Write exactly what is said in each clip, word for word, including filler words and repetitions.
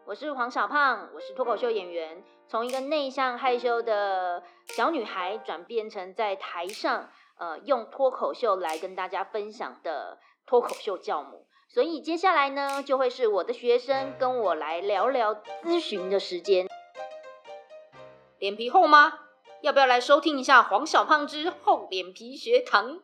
我是黄小胖，我是脱口秀演员，从一个内向害羞的小女孩转变成在台上呃用脱口秀来跟大家分享的脱口秀教母。所以接下来呢，就会是我的学生跟我来聊聊咨询的时间。脸皮厚吗？要不要来收听一下黄小胖之厚脸皮学堂？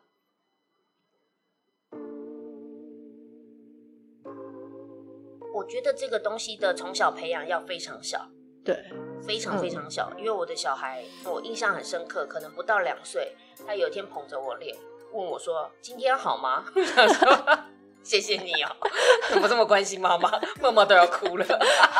我觉得这个东西的从小培养要非常小， 对， 非常非常小。嗯、因为我的小孩，我印象很深刻，可能不到两岁，他有一天捧着我脸问我说：“今天好吗？”我想说：“谢谢你哦，怎么这么关心妈妈？妈妈都要哭了。”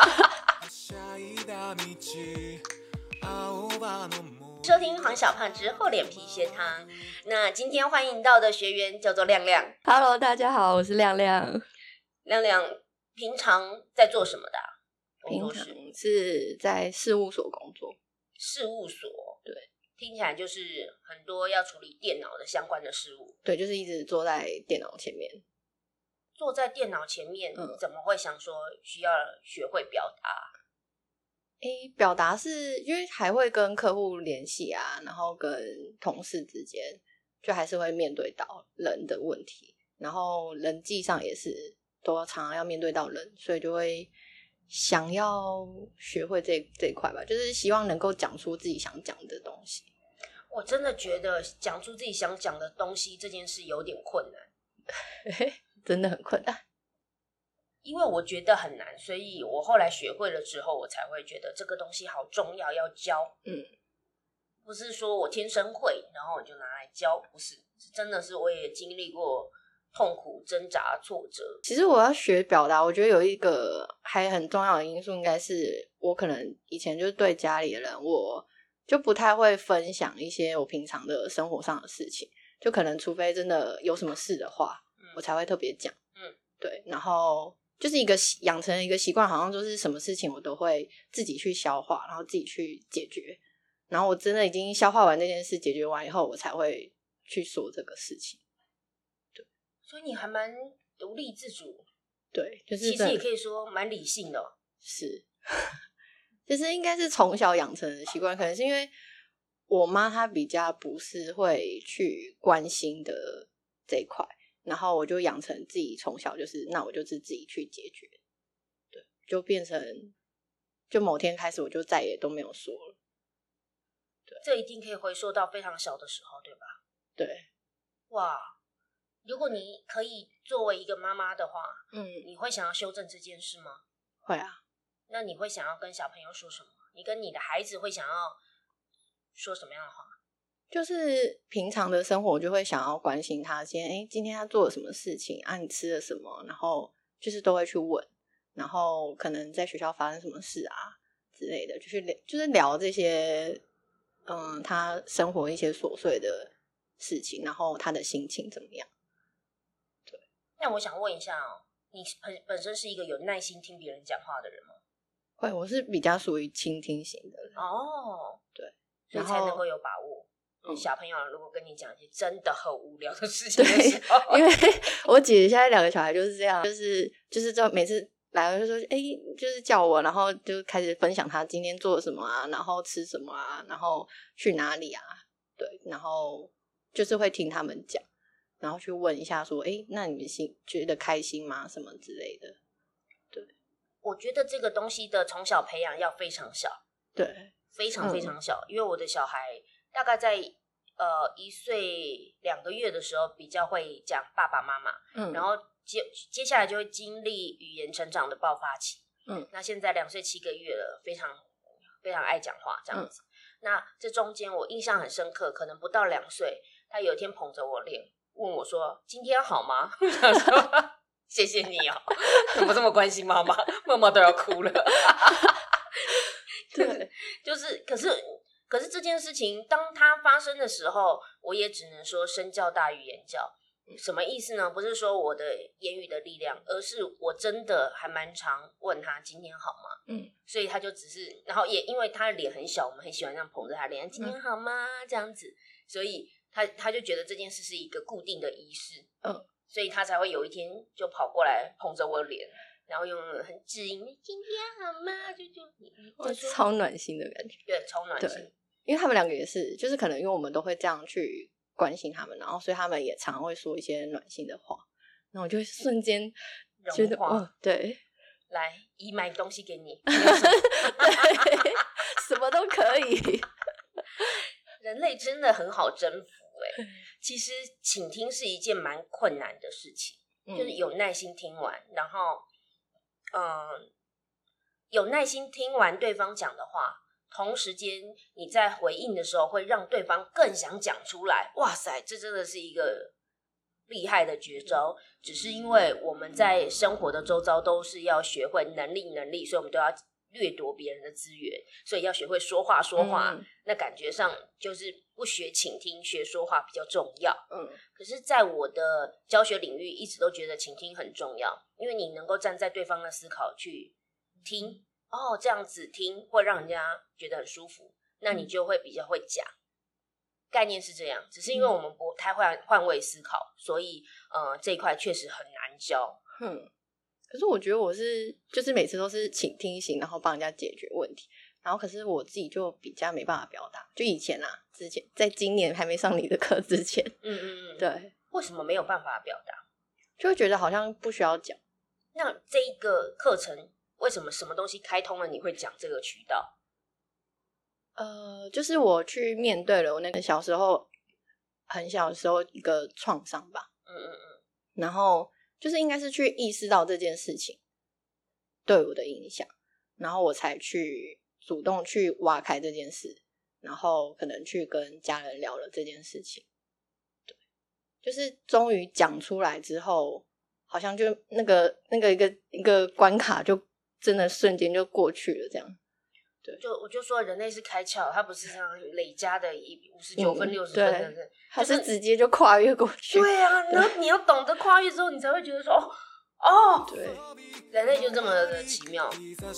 收听黄小胖之厚脸皮学堂。那今天欢迎到的学员叫做亮亮。 Hello， 大家好，我是亮亮。 亮亮平常在做什么的、啊？ 平常是在事务所工作。 事务所， 对， 听起来就是很多要处理电脑的相关的事务。 对，就是一直坐在电脑前面。 坐在电脑前面，嗯、怎么会想说需要学会表达？ 诶，表达是因为还会跟客户联系啊，然后跟同事之间就还是会面对到人的问题，然后人际上也是都常常要面对到人，所以就会想要学会这这一块吧，就是希望能够讲出自己想讲的东西。 我真的觉得讲出自己想讲的东西这件事有点困难， 真的很困难。 因为我觉得很难，所以我后来学会了之后，我才会觉得这个东西好重要，要教。嗯，不是说我天生会，然后我就拿来教，不是，真的是我也经历过痛苦、挣扎、挫折。 其实我要学表达，我觉得有一个还很重要的因素，应该是我可能以前就是对家里的人，我就不太会分享一些我平常的生活上的事情，就可能除非真的有什么事的话，嗯、我才会特别讲。嗯，对，然后。就是一个养成一个习惯，好像就是什么事情我都会自己去消化，然后自己去解决，然后我真的已经消化完那件事，解决完以后，我才会去说这个事情。对， 所以你还蛮独立自主。 对，就是其实也可以说蛮理性的、哦。 是，就是应该是从小养成的习惯，可能是因为我妈她比较不是会去关心的这一块。然后我就养成自己从小就是那我就是自己去解决，对，就变成就某天开始我就再也都没有说了。 对，这一定可以回溯到非常小的时候，对吧？ 对。 哇，如果你可以作为一个妈妈的话，嗯，你会想要修正这件事吗？ 会啊。 那你会想要跟小朋友说什么？你跟你的孩子会想要说什么样的话？ 就是平常的生活，我就会想要关心他今天，诶今天他做了什么事情啊？你吃了什么？然后就是都会去问，然后可能在学校发生什么事啊之类的，就是就是聊这些，嗯，他生活一些琐碎的事情，然后他的心情怎么样？对。 那我想问一下哦，你本本身是一个有耐心听别人讲话的人吗？ 会，我是比较属于倾听型的人。 哦， 对， 所以才能够有把握。小朋友如果跟你讲一些真的很无聊的事情的时候， 因为我姐现在两个小孩就是这样，就是就是就每次来了就说哎、欸，就是叫我，然后就开始分享他今天做了什么啊，然后吃什么啊，然后去哪里啊，对，然后就是会听他们讲，然后去问一下说哎、欸，那你们心觉得开心吗？什么之类的。对， 我觉得这个东西的从小培养要非常小， 对， 非常非常小，嗯、因为我的小孩。大概在呃一岁两个月的时候比较会讲爸爸妈妈，嗯，然后接接下来就会经历语言成长的爆发期，嗯，那现在两岁七个月了，非常非常爱讲话这样子。嗯、那这中间我印象很深刻，可能不到两岁，他有一天捧着我脸问我说：“今天好吗？”我想说谢谢你哦，怎么这么关心妈妈？妈妈都要哭了。对，就是可是。可是这件事情当它发生的时候，我也只能说身教大于言教。什么意思呢？不是说我的言语的力量，而是我真的还蛮常问他今天好吗？嗯，所以他就只是，然后也因为他的脸很小，我们很喜欢这样捧着他脸，今天好吗？这样子，所以他他就觉得这件事是一个固定的仪式，嗯，所以他才会有一天就跑过来捧着我的脸， 然后用很知音，今天好吗？就就你你超暖心的感觉， 对，超暖心。 因为他们两个也是，就是可能因为我们都会这样去关心他们，然后所以他们也常会说一些暖心的话，然后我就会瞬间觉得哦，对， 来姨买东西给你， 对，什么都可以。 人类真的很好征服哎、欸，其实倾听是一件蛮困难的事情，嗯、就是有耐心听完，然后嗯，有耐心听完对方讲的话。同时间你在回应的时候会让对方更想讲出来，哇塞，这真的是一个厉害的绝招。只是因为我们在生活的周遭都是要学会能力能力，所以我们都要掠夺别人的资源，所以要学会说话说话、嗯、那感觉上就是不学倾听学说话比较重要。嗯，可是在我的教学领域一直都觉得倾听很重要，因为你能够站在对方的思考去听，哦，这样子听会让人家觉得很舒服，那你就会比较会讲、嗯、概念是这样，只是因为我们不太会换位思考，所以呃这一块确实很难教。 嗯，可是我觉得我是就是每次都是倾听型，然后帮人家解决问题，然后可是我自己就比较没办法表达，就以前啊之前在今年还没上你的课之前，嗯嗯嗯，对， 为什么没有办法表达？ 就会觉得好像不需要讲。 那这一个课程为什么什么东西开通了你会讲这个渠道？ 呃，就是我去面对了我那个小时候很小的时候一个创伤吧，嗯嗯嗯，然后就是应该是去意识到这件事情对我的影响，然后我才去主动去挖开这件事，然后可能去跟家人聊了这件事情。对，就是终于讲出来之后，好像就那个那个一个一个关卡就真的瞬间就过去了，这样。对， 就我就说人类是开窍，它不是这样累加的五十九分六十分的、 嗯，它是直接就跨越过去。 对啊，然后你要懂得跨越之后，你才会觉得说哦哦，对，人类就这么的奇妙。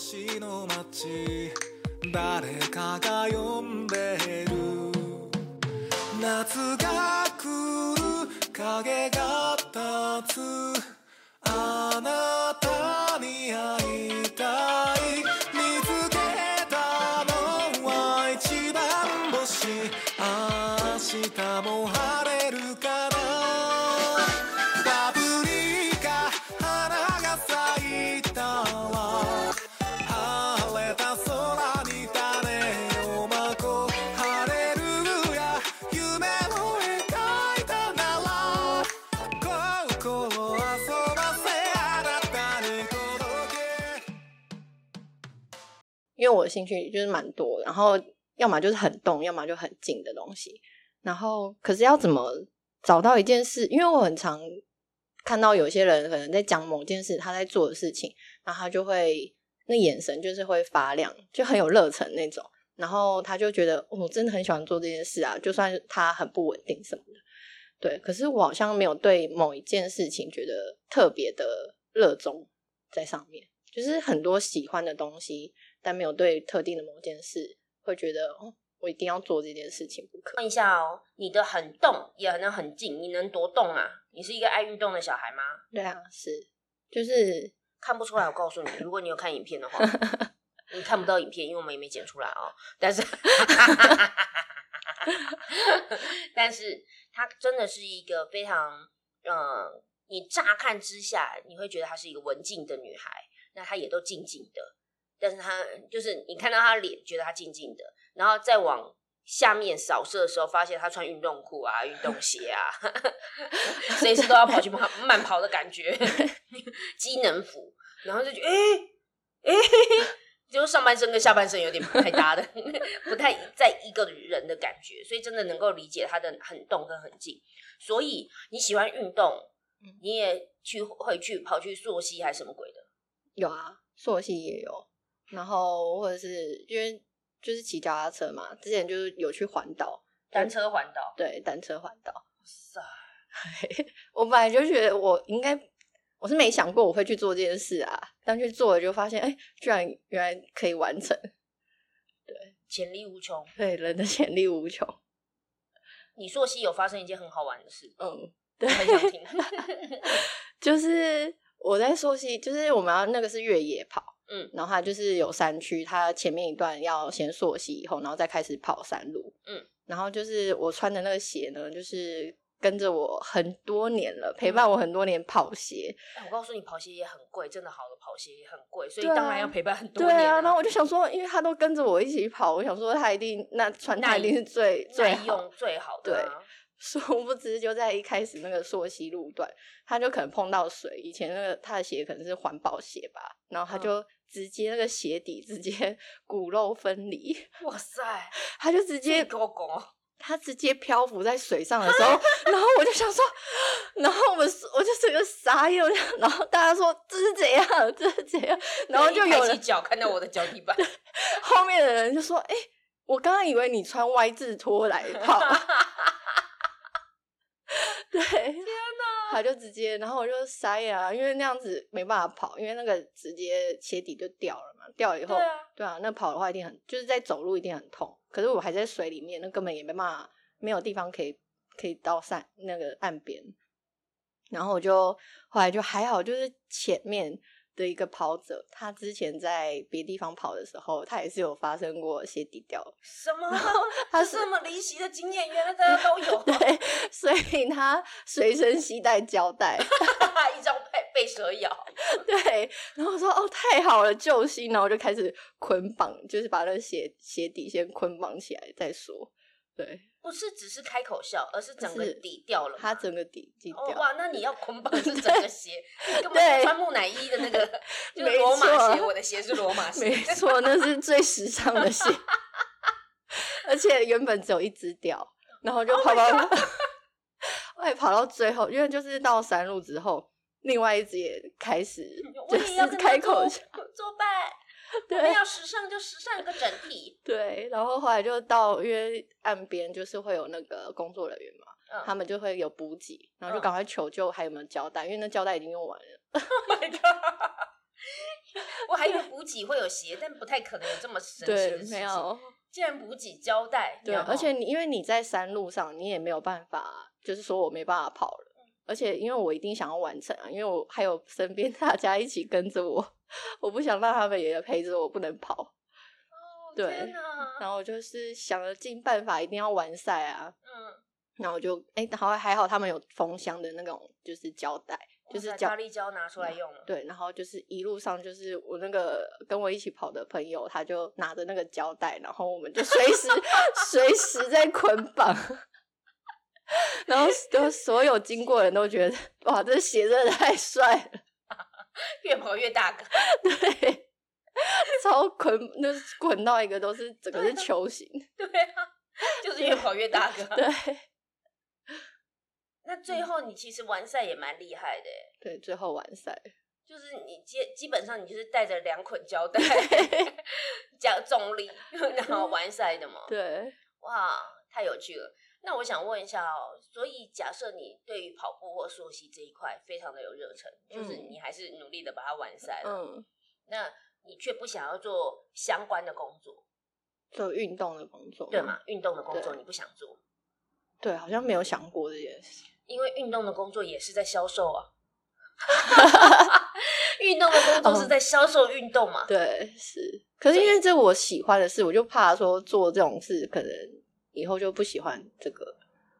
因为我的兴趣就是蛮多，然后要么就是很动，要么就很静的东西，然后可是要怎么找到一件事，因为我很常看到有些人可能在讲某件事他在做的事情，然后他就会那眼神就是会发亮，就很有热忱那种，然后他就觉得我、哦、真的很喜欢做这件事啊，就算他很不稳定什么的。对，可是我好像没有对某一件事情觉得特别的热衷在上面，就是很多喜欢的东西，但没有对特定的某件事会觉得哦，我一定要做这件事情不可。 问一下哦，你的很动也能很静，你能多动啊？你是一个爱运动的小孩吗？ 对啊，是，就是看不出来。我告诉你，如果你有看影片的话，你看不到影片，因为我们也没剪出来哦。但是，但是她真的是一个非常，呃，你乍看之下，你会觉得她是一个文静的女孩，那她也都静静的。但是她就是你看到她脸，觉得她静静的，然后再往下面扫射的时候，发现她穿运动裤啊、运动鞋啊，随时都要跑去跑慢跑的感觉，机能服，然后就觉得哎哎。欸欸就是上半身跟下半身有点不太搭的，不太在一个人的感觉，所以真的能够理解他的很动跟很静。所以你喜欢运动，你也去会去跑去溯溪还是什么鬼的？ 有啊，溯溪也有，然后或者是因为就是骑脚踏车嘛，之前就是有去环岛， 单车环岛， 对，单车环岛。哇塞！ 我本来就觉得我应该。我是没想过我会去做这件事啊，但去做了就发现，哎、欸，居然原来可以完成，对， 潜力无穷， 对，人的潜力无穷。 你溯溪有发生一件很好玩的事， 嗯， 对，很想听， 就是我在溯溪，就是我们要那个是越野跑， 嗯， 然后它就是有山区，它前面一段要先溯溪，以后然后再开始跑山路， 嗯， 然后就是我穿的那个鞋呢，就是跟着我很多年了，陪伴我很多年跑鞋。 嗯，我告诉你，跑鞋也很贵，真的好的跑鞋也很贵，所以当然要陪伴很多年、啊。 对啊，然后我就想说，因为他都跟着我一起跑，我想说他一定那穿他一定是最最耐用最好的、啊。 对。殊不知就在一开始那个溯溪路段，他就可能碰到水，以前那个他的鞋可能是环保鞋吧，然后他就直接那个鞋底直接骨肉分离， 哇塞， 他就直接狗狗他直接漂浮在水上的时候然后我就想说，然后我们我就整个傻眼，然后大家说这是怎样这是怎样，然后就有人抬起脚看到我的脚底板后面的人就说哎、欸，我刚刚以为你穿 Y 字拖来跑对，天哪！他就直接，然后我就傻眼啊，因为那样子没办法跑，因为那个直接鞋底就掉了嘛，掉了以后，对啊，对啊，那跑的话一定很，就是在走路一定很痛。可是我还在水里面，那根本也没办法，没有地方可以可以到山那个岸边。然后我就后来就还好，就是前面的一个跑者，他之前在别地方跑的时候，他也是有发生过鞋底掉。 什么？他是这么离奇的经验，原来大家都有。 对，所以他随身携带胶带， 一张被被蛇咬。 对，然后我说哦，太好了，救星！然后我就开始捆绑，就是把那个鞋鞋底先捆绑起来再说。对， 不是只是开口笑，而是整个底掉了。 它整个底底掉、 哦。哇，那你要捆绑是整个鞋，你根本是穿木乃伊的那个，就是罗马鞋。我的鞋是罗马鞋， 没错，那是最时尚的鞋。而且原本只有一只掉，然后就跑到，我也跑到最后，因为就是到山路之后，另外一只也开始就是开口笑作伴。对，我们要时尚就时尚一个整体。 对，然后后来就到，因为岸边就是会有那个工作人员嘛，嗯、他们就会有补给，然后就赶快求救还有没有胶带，因为那胶带已经用完了。 Oh my god！ 我还以为补给会有鞋，但不太可能有这么神奇的事情。 对，没有。 既然补给胶带， 对，而且你因为你在山路上，你也没有办法，就是说我没办法跑了。嗯、而且因为我一定想要完成啊，因为我还有身边大家一起跟着我。我不想让他们也陪着我不能跑。 哦， 对， 天哪！ 然后我就是想了尽办法一定要完赛啊。 嗯， 然后我就哎，好还好他们有封箱的那种就是胶带，就是胶力胶拿出来用了。 对，然后就是一路上就是我那个跟我一起跑的朋友，他就拿着那个胶带，然后我们就随时随时在捆绑。然后就所有经过的人都觉得哇，这鞋真的太帅了。 越跑越大个， 对，超捆，那捆到一个都是整个是球形。 对啊，就是越跑越大个。 对， 那最后你其实完赛也蛮厉害的。 对，最后完赛就是你基基本上你就是带着两捆胶带加重力，然后完赛的嘛。 对， 哇，太有趣了。那我想问一下哦，所以假设你对于跑步或溯溪这一块非常的有热忱，嗯、就是你还是努力的把它完赛了，嗯，那你却不想要做相关的工作， 做运动的工作， 对吗？运动的工作你不想做？ 对，好像没有想过这件事， 因为运动的工作也是在销售啊。运动的工作是在销售运动嘛？ 哦、对，是。可是因为这我喜欢的事，我就怕说做这种事可能以后就不喜欢这个。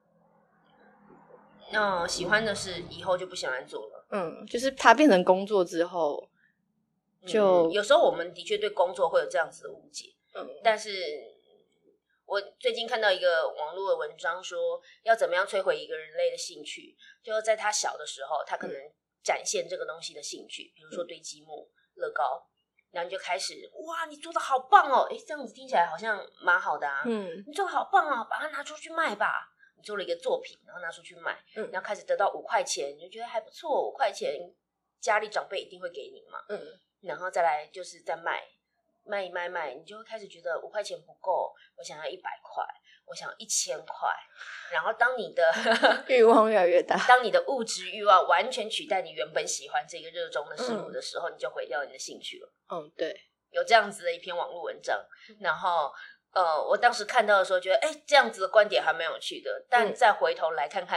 嗯，喜欢的事以后就不喜欢做了。 嗯，就是它变成工作之后，就、 嗯、有时候我们的确对工作会有这样子的误解。嗯，但是我最近看到一个网络的文章说，要怎么样摧毁一个人类的兴趣，就在他小的时候，他可能展现这个东西的兴趣，比如说堆积木、乐高。然后你就开始，哇，你做的好棒哦！诶，这样子听起来好像蛮好的啊。嗯，你做的好棒啊，把它拿出去卖吧。你做了一个作品，然后拿出去卖，嗯，然后开始得到五块钱，你就觉得还不错，五块钱家里长辈一定会给你嘛。嗯，然后再来就是再卖，卖一卖卖，你就会开始觉得五块钱不够，我想要一百块，我想要一千块。然后当你的欲望越来越大， 当你的物质欲望完全取代你原本喜欢这个热衷的事物的时候，嗯、你就毁掉你的兴趣了。 嗯，对， 有这样子的一篇网络文章，然后呃，我当时看到的时候觉得，哎，这样子的观点还蛮有趣的。但再回头来看看，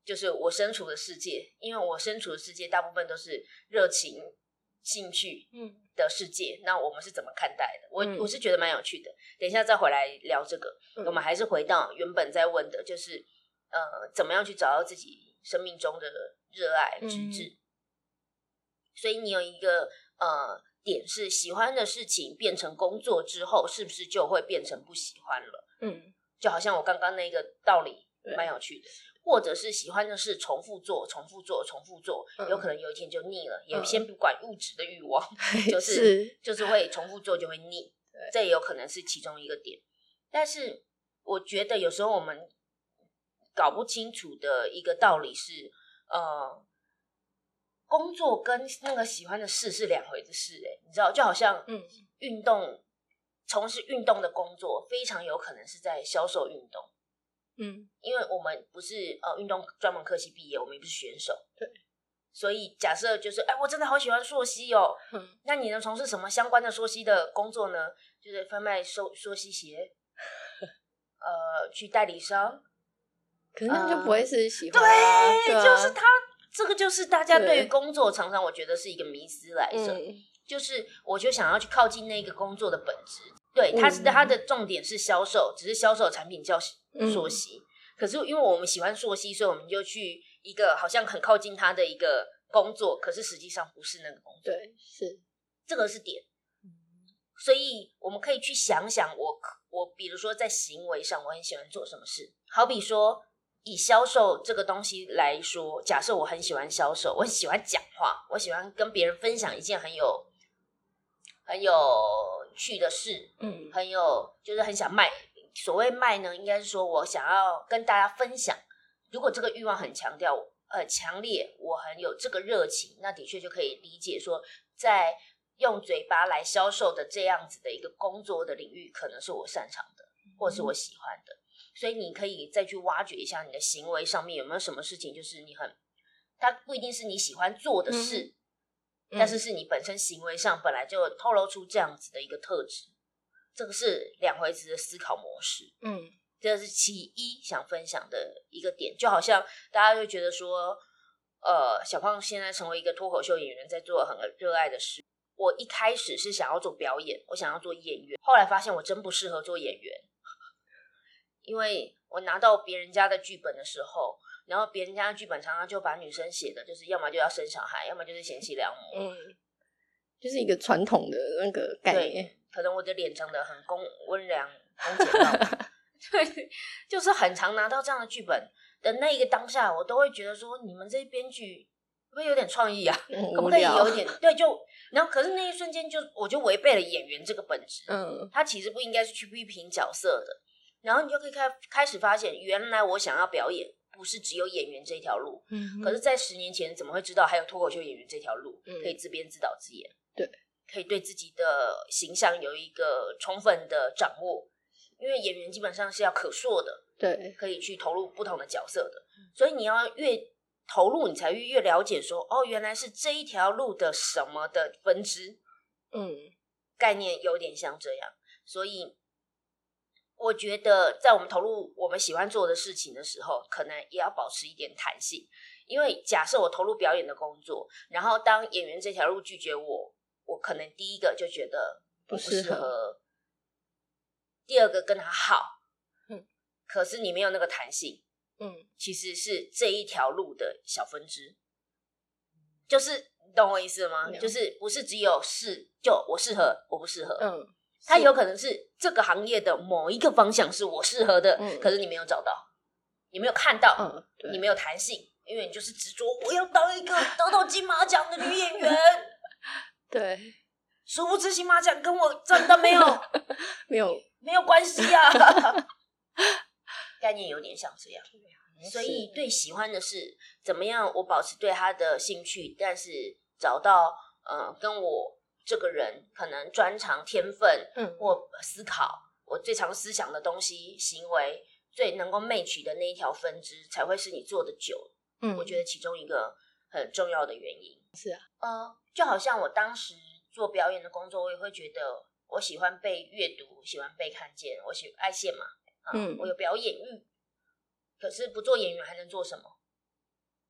就是我身处的世界，因为我身处的世界大部分都是热情兴趣的世界、嗯、那我们是怎么看待的？我、嗯、我是觉得蛮有趣的，等一下再回来聊这个、嗯、我们还是回到原本在问的，就是呃，怎么样去找到自己生命中的热爱之志、嗯、所以你有一个呃点是喜欢的事情变成工作之后是不是就会变成不喜欢了？嗯，就好像我刚刚那个道理蛮有趣的，或者是喜欢的事重复做重复做重复做、嗯、有可能有一天就腻了、嗯、也先不管物质的欲望、嗯、就是, 是就是会重复做就会腻，这也有可能是其中一个点。但是我觉得有时候我们搞不清楚的一个道理是呃，工作跟那个喜欢的事是两回事、欸、你知道就好像运动从事运动的工作非常有可能是在销售运动，嗯，因为我们不是呃运动专门科系毕业，我们也不是选手，对，所以假设就是哎，我真的好喜欢溯溪哦、嗯，那你能从事什么相关的溯溪的工作呢？就是贩卖溯溯溪鞋，呃，去代理商， 可是那就不会是喜欢、啊呃、对, 对、啊、就是他这个就是大家对于工作常常我觉得是一个迷思来着、嗯，就是我就想要去靠近那个工作的本质。对，它是它的重点是销售，只是销售产品叫溯溪、嗯，可是因为我们喜欢溯溪，所以我们就去一个好像很靠近它的一个工作，可是实际上不是那个工作。 对，是这个是点。所以我们可以去想想我，我我比如说在行为上，我很喜欢做什么事。好比说，以销售这个东西来说，假设我很喜欢销售，我很喜欢讲话，我喜欢跟别人分享一件很有很有趣的事，嗯，很有就是很想卖。所谓卖呢，应该是说我想要跟大家分享。如果这个欲望很强调，呃，强烈，我很有这个热情，那的确就可以理解说，在用嘴巴来销售的这样子的一个工作的领域，可能是我擅长的，或是我喜欢的。所以你可以再去挖掘一下你的行为上面有没有什么事情，就是你很，它不一定是你喜欢做的事。嗯，但是是你本身行为上本来就透露出这样子的一个特质，这个是两回子的思考模式。嗯，这是其一想分享的一个点。就好像大家就觉得说呃，小胖现在成为一个脱口秀演员，在做很热爱的事。我一开始是想要做表演，我想要做演员，后来发现我真不适合做演员，因为我拿到别人家的剧本的时候，然后别人家的剧本常常就把女生写的就是要么就要生小孩，要么就是贤妻良母，嗯， 就是一个传统的那个概念。 对，可能我的脸长得很公温良恭俭让，对，就是很常拿到这样的剧本的那一个当下，我都会觉得说，你们这些编剧会不会有点创意啊？嗯、可不可以有一点？对，就然后可是那一瞬间就我就违背了演员这个本质，嗯，他其实不应该是去批评角色的。然后你就可以开开始发现，原来我想要表演不是只有演员这条路，嗯，可是在十年前怎么会知道还有脱口秀演员这条路，嗯，可以自编自导自演， 对， 可以对自己的形象有一个充分的掌握，因为演员基本上是要可塑的， 对， 可以去投入不同的角色的，所以你要越投入，你才越越了解说，哦，原来是这一条路的什么的分支，嗯，概念有点像这样，所以我觉得在我们投入我们喜欢做的事情的时候，可能也要保持一点弹性，因为假设我投入表演的工作，然后当演员这条路拒绝我，我可能第一个就觉得不适合，第二个跟他好，嗯，可是你没有那个弹性，嗯，其实是这一条路的小分支，就是你懂我意思吗？嗯，就是不是只有是就我适合我不适合，嗯，它有可能是这个行业的某一个方向是我适合的，嗯，可是你没有找到，你没有看到，嗯，你没有弹性，因为你就是执着我要当一个得到金马奖的女演员， 对， 殊不知金马奖跟我真的没有没有没有关系啊，概念有点像这样，所以对喜欢的事怎么样，我保持对他的兴趣，但是找到呃跟我这个人可能专长天分，嗯，或思考我最常思想的东西行为最能够 match 的那一条分支，才会是你做的久，嗯，我觉得其中一个很重要的原因是啊， 呃，就好像我当时做表演的工作，我也会觉得我喜欢被阅读，喜欢被看见，我喜爱现嘛，啊，嗯，我有表演欲，可是不做演员还能做什么？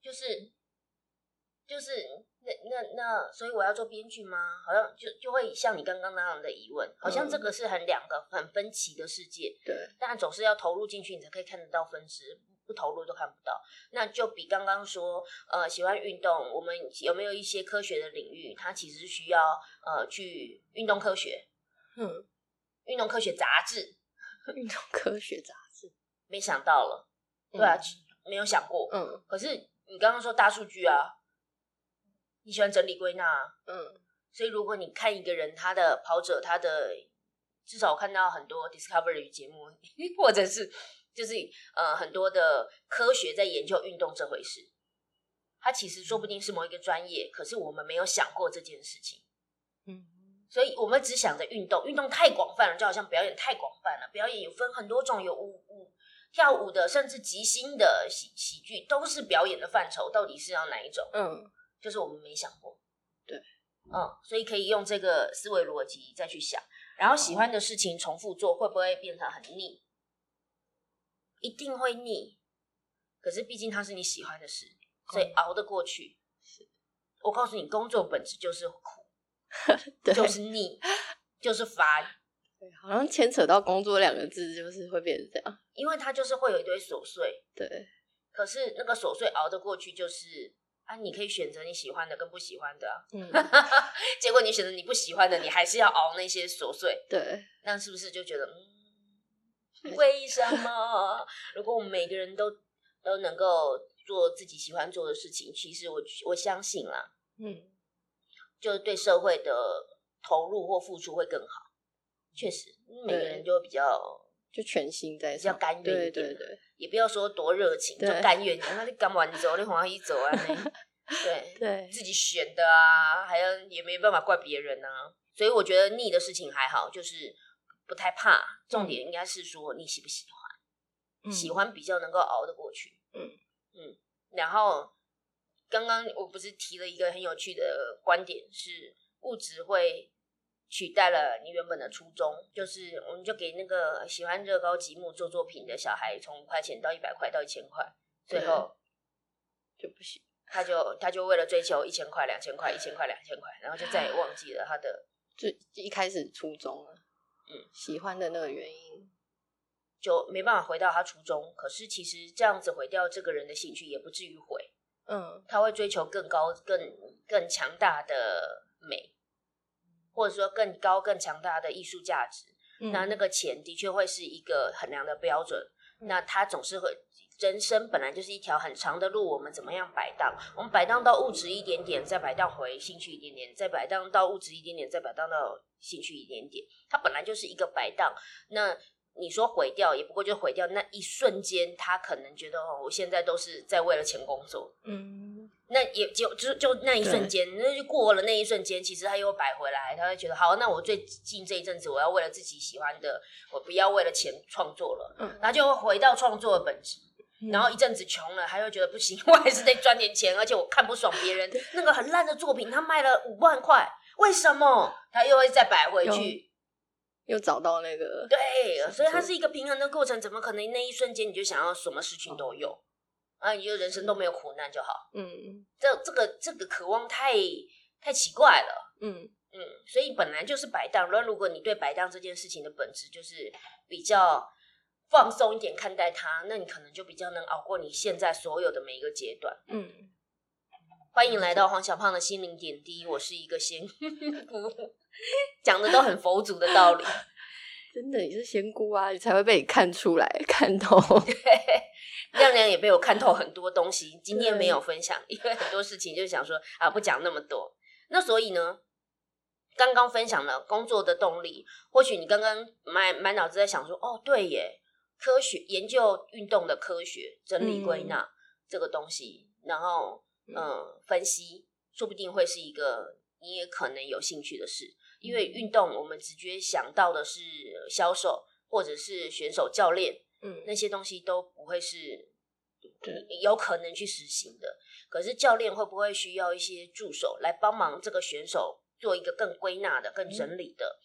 就是就是那那那，所以我要做编剧吗？好像就就会像你刚刚那样的疑问，好像这个是很两个很分歧的世界。 对， 但总是要投入进去，你才可以看得到分支，不投入都看不到。那就比刚刚说，呃，喜欢运动，我们有没有一些科学的领域，它其实是需要呃去运动科学， 嗯， 运动科学杂志， 运动科学杂志， 没想到了，对吧、啊嗯？没有想过，嗯。可是你刚刚说大数据啊。你喜欢整理归纳、啊，嗯，所以如果你看一个人他的跑者，他的至少我看到很多 Discovery 节目，或者是就是呃很多的科学在研究运动这回事，他其实说不定是某一个专业，可是我们没有想过这件事情，嗯，所以我们只想着运动，运动太广泛了，就好像表演太广泛了，表演有分很多种，有舞舞跳舞的，甚至即兴的喜喜剧都是表演的范畴，到底是要哪一种？嗯。就是我们没想过， 对， 嗯，所以可以用这个思维逻辑再去想，然后喜欢的事情重复做，会不会变成很腻？一定会腻，可是毕竟它是你喜欢的事，所以熬得过去。是，我告诉你，工作本质就是苦，就是腻，就是烦。 对，好像牵扯到工作两个字，就是会变成这样， 因为它就是会有一堆琐碎。 对， 可是那个琐碎熬得过去，就是啊，你可以选择你喜欢的跟不喜欢的、啊，嗯，结果你选择你不喜欢的，你还是要熬那些琐碎， 对， 那是不是就觉得，嗯，为什么？如果我们每个人都都能够做自己喜欢做的事情，其实我我相信啦，嗯，就对社会的投入或付出会更好，确实，每个人就比较就全心在比较甘愿一点， 对对对。 也不要说多热情，就甘愿。那你甘完走，你欢喜走啊？对对， 自己选的啊，还要也没办法怪别人啊。所以我觉得腻的事情还好，就是不太怕。重点应该是说你喜不喜欢，嗯、喜欢比较能够熬得过去。嗯嗯。然后刚刚我不是提了一个很有趣的观点，是物质会取代了你原本的初衷，就是我们就给那个喜欢乐高积木做作品的小孩，从五块钱到一百块到一千块，最后就不行， 他就他就为了追求一千块、两千块、一千块、两千块，然后就再也忘记了他的就一开始初衷了，嗯，喜欢的那个原因， 就没办法回到他初衷。可是其实这样子毁掉这个人的兴趣，也不至于毁，嗯，他会追求更高、更更强大的美。或者说更高更强大的艺术价值、嗯、那那个钱的确会是一个衡量的标准、嗯、那它总是会人生本来就是一条很长的路，我们怎么样摆荡，我们摆荡到物质一点点，再摆荡回兴趣一点点，再摆荡到物质一点点，再摆荡到兴趣一点点，它本来就是一个摆荡。那你说毁掉也不过就毁掉那一瞬间，他可能觉得哦，我现在都是在为了钱工作，嗯，那也就就就那一瞬间，那就过了那一瞬间，其实他又摆回来，他会觉得好，那我最近这一阵子我要为了自己喜欢的，我不要为了钱创作了，嗯，然后就会回到创作的本质。然后一阵子穷了，他又觉得不行，我还是得赚点钱，而且我看不爽别人那个很烂的作品，他卖了五万块，为什么？他又会再摆回去。 又找到那个对，所以它是一个平衡的过程，怎么可能那一瞬间你就想要什么事情都有、哦、啊？你就人生都没有苦难就好？嗯，这这个这个渴望太太奇怪了。嗯嗯，所以本来就是摆荡。那如果你对摆荡这件事情的本质就是比较放松一点看待它，那你可能就比较能熬过你现在所有的每一个阶段。嗯，欢迎来到黄小胖的心灵点滴，我是一个仙姑。讲的都很佛祖的道理， 真的，你是仙姑啊，你才会被你看出来看透。 对，亮亮也被我看透很多东西，今天没有分享，因为很多事情就想说啊，不讲那么多。那所以呢，刚刚分享了工作的动力，或许你刚刚满满脑子在想说，哦，对耶，科学研究运动的科学整理归纳、嗯、这个东西，然后嗯、呃、分析，说不定会是一个你也可能有兴趣的事。因为运动我们直觉想到的是销售或者是选手教练、嗯、那些东西都不会是有可能去实行的。可是教练会不会需要一些助手来帮忙这个选手做一个更归纳的更整理的、嗯、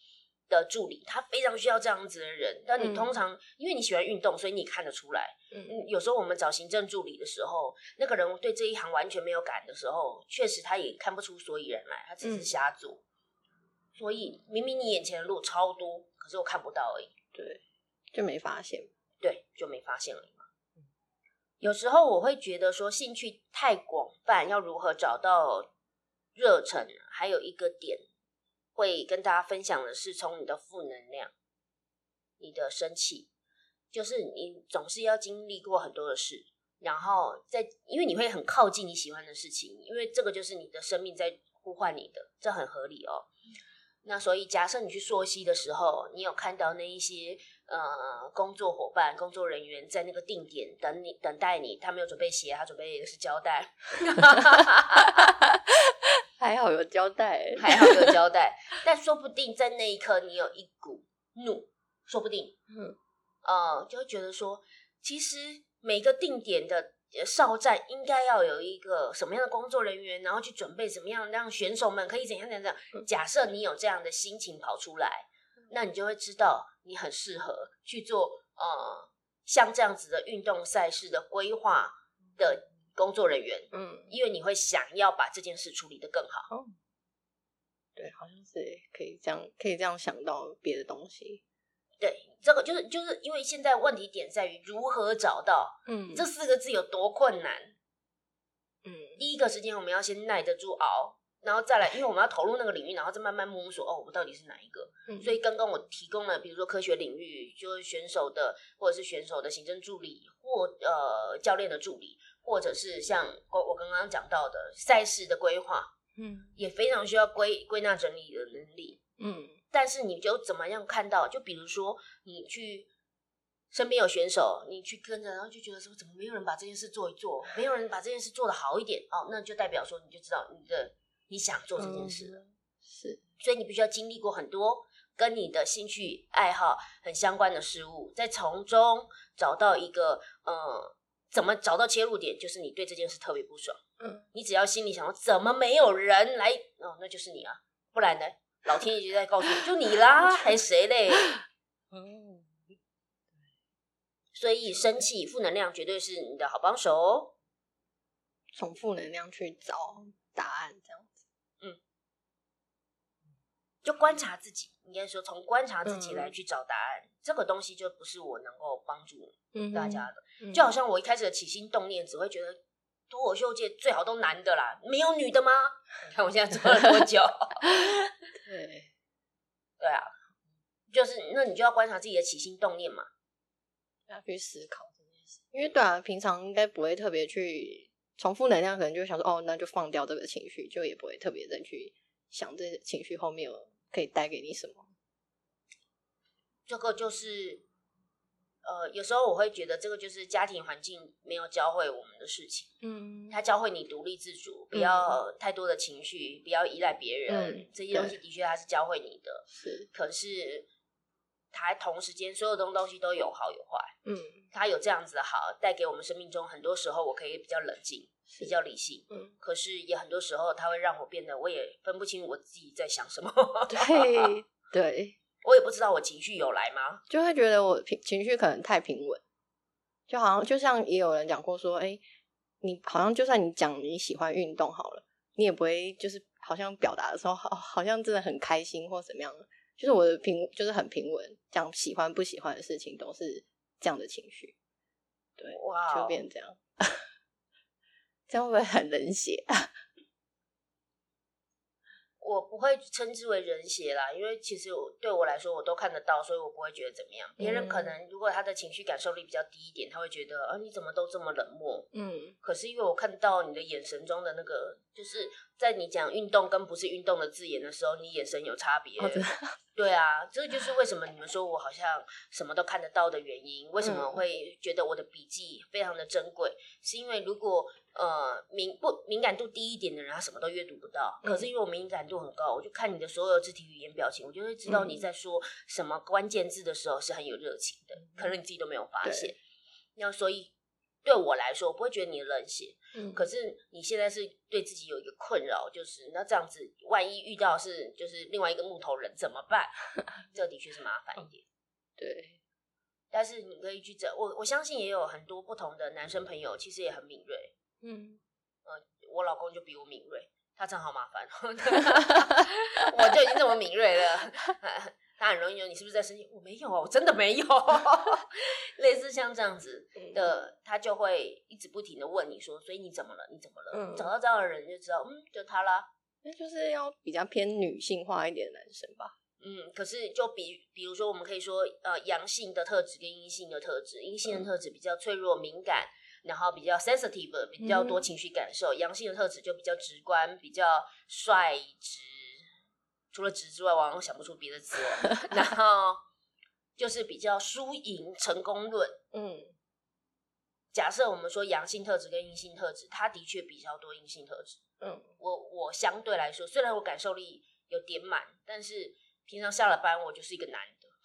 的助理，他非常需要这样子的人。但你通常、嗯、因为你喜欢运动，所以你看得出来。嗯，有时候我们找行政助理的时候，那个人对这一行完全没有感的时候，确实他也看不出所以然来，他只是瞎做。嗯、所以明明你眼前的路超多，可是我看不到而已。 对，就没发现。 对，就没发现而已嘛。嗯、有时候我会觉得说，兴趣太广泛，要如何找到热忱？还有一个点会跟大家分享的是，从你的负能量、你的生气，就是你总是要经历过很多的事，然后在因为你会很靠近你喜欢的事情，因为这个就是你的生命在呼唤你的，这很合理哦。那所以假设你去溯溪的时候，你有看到那一些呃工作伙伴、工作人员在那个定点等你等待你，他没有准备鞋，他准备的是胶带。 还好有胶带， 还好有胶带，但说不定在那一刻你有一股怒，说不定，嗯，呃，就会觉得说，其实每个定点的哨站应该要有一个什么样的工作人员，然后去准备怎么样让选手们可以怎样怎样怎样。假设你有这样的心情跑出来，那你就会知道你很适合去做呃像这样子的运动赛事的规划的工作人员，嗯，因为你会想要把这件事处理得更好。 哦，对，好像是可以这样，可以这样想到别的东西。 对，这个就是就是因为现在问题点在于如何找到，嗯，这四个字有多困难。嗯，第一个时间我们要先耐得住熬，然后再来，因为我们要投入那个领域，然后再慢慢摸索，哦，我们到底是哪一个？嗯，所以刚刚我提供了，比如说科学领域，就是选手的或者是选手的行政助理，或呃教练的助理。或者是像我刚刚讲到的赛事的规划，嗯，也非常需要归归纳整理的能力，嗯，但是你就怎么样看到？就比如说你去身边有选手，你去跟着，然后就觉得说怎么没有人把这件事做一做，没有人把这件事做得好一点哦，那就代表说你就知道你的你想做这件事了，嗯、是，所以你必须要经历过很多跟你的兴趣爱好很相关的事物，再从中找到一个呃。怎么找到切入点？就是你对这件事特别不爽，嗯，你只要心里想说怎么没有人来，哦，那就是你啊，不然呢，老天爷就在告诉你，就你啦，还谁嘞？嗯，所以生气、负能量绝对是你的好帮手哦。 从负能量去找答案，这样子，嗯， 就观察自己，应该说从观察自己来去找答案，嗯、这个东西就不是我能够帮助大家的。嗯、就好像我一开始的起心动念，只会觉得脱口秀界最好都男的啦，没有女的吗？你看我现在做了多久？ 对， 对啊，就是那你就要观察自己的起心动念嘛， 要去思考这件事。因为对啊，平常应该不会特别去从负能量，可能就想说哦，那就放掉这个情绪，就也不会特别再去想这情绪后面有可以带给你什么。 这个就是呃，有时候我会觉得这个就是家庭环境没有教会我们的事情。嗯，他教会你独立自主，不要太多的情绪，不要依赖别人，嗯、这些东西的确他是教会你的。是，可是他同时间所有的东西都有好有坏。嗯，他有这样子的好，带给我们生命中很多时候我可以比较冷静，比较理性。嗯，可是也很多时候他会让我变得我也分不清我自己在想什么。 对对。 我也不知道我情绪有来吗？ 就会觉得我情绪可能太平稳，就好像就像也有人讲过说，哎、欸，你好像就算你讲你喜欢运动好了，你也不会就是好像表达的时候，好好像真的很开心或怎么样的。就是我的平就是很平稳，讲喜欢不喜欢的事情都是这样的情绪，对， wow. 就变成这样，这样会不会很冷血？ 我不会称之为人血啦，因为其实我对我来说我都看得到，所以我不会觉得怎么样。别人可能如果他的情绪感受力比较低一点，他会觉得啊你怎么都这么冷漠。嗯，可是因为我看到你的眼神中的那个，就是在你讲运动跟不是运动的字眼的时候，你眼神有差别。哦，对啊，这就是为什么你们说我好像什么都看得到的原因。为什么会觉得我的笔记非常的珍贵？是因为如果呃敏不敏感度低一点的人，他什么都阅读不到。可是因为我敏感度很高，我就看你的所有肢体语言表情，我就会知道你在说什么关键字的时候是很有热情的，可能你自己都没有发现。那所以对我来说，我不会觉得你冷血， 嗯， 可是你现在是对自己有一个困扰，就是那这样子，万一遇到是就是另外一个木头人怎么办？这的确是麻烦一点。 对， 但是你可以去找我，我相信也有很多不同的男生朋友，其实也很敏锐。 嗯， 呃，我老公就比我敏锐，他真好麻烦，我就已经这么敏锐了。他很容易说你是不是在生气？我没有啊，我真的没有。类似像这样子的，他就会一直不停的问你说，所以你怎么了？你怎么了？嗯、找到这样的人就知道，嗯，就他啦。 那就是要比较偏女性化一点的男生吧。 嗯，可是就比比如说，我们可以说，呃，阳性的特质跟阴性的特质，阴性的特质比较脆弱敏感，然后比较 sensitive， 比较多情绪感受；阳、嗯、性的特质就比较直观，比较率直。除了直之外，我好像想不出别的词了。然后就是比较输赢成功论。嗯，假设我们说阳性特质跟阴性特质，它的确比较多阴性特质。嗯，我我相对来说，虽然我感受力有点满，但是平常下了班我就是一个男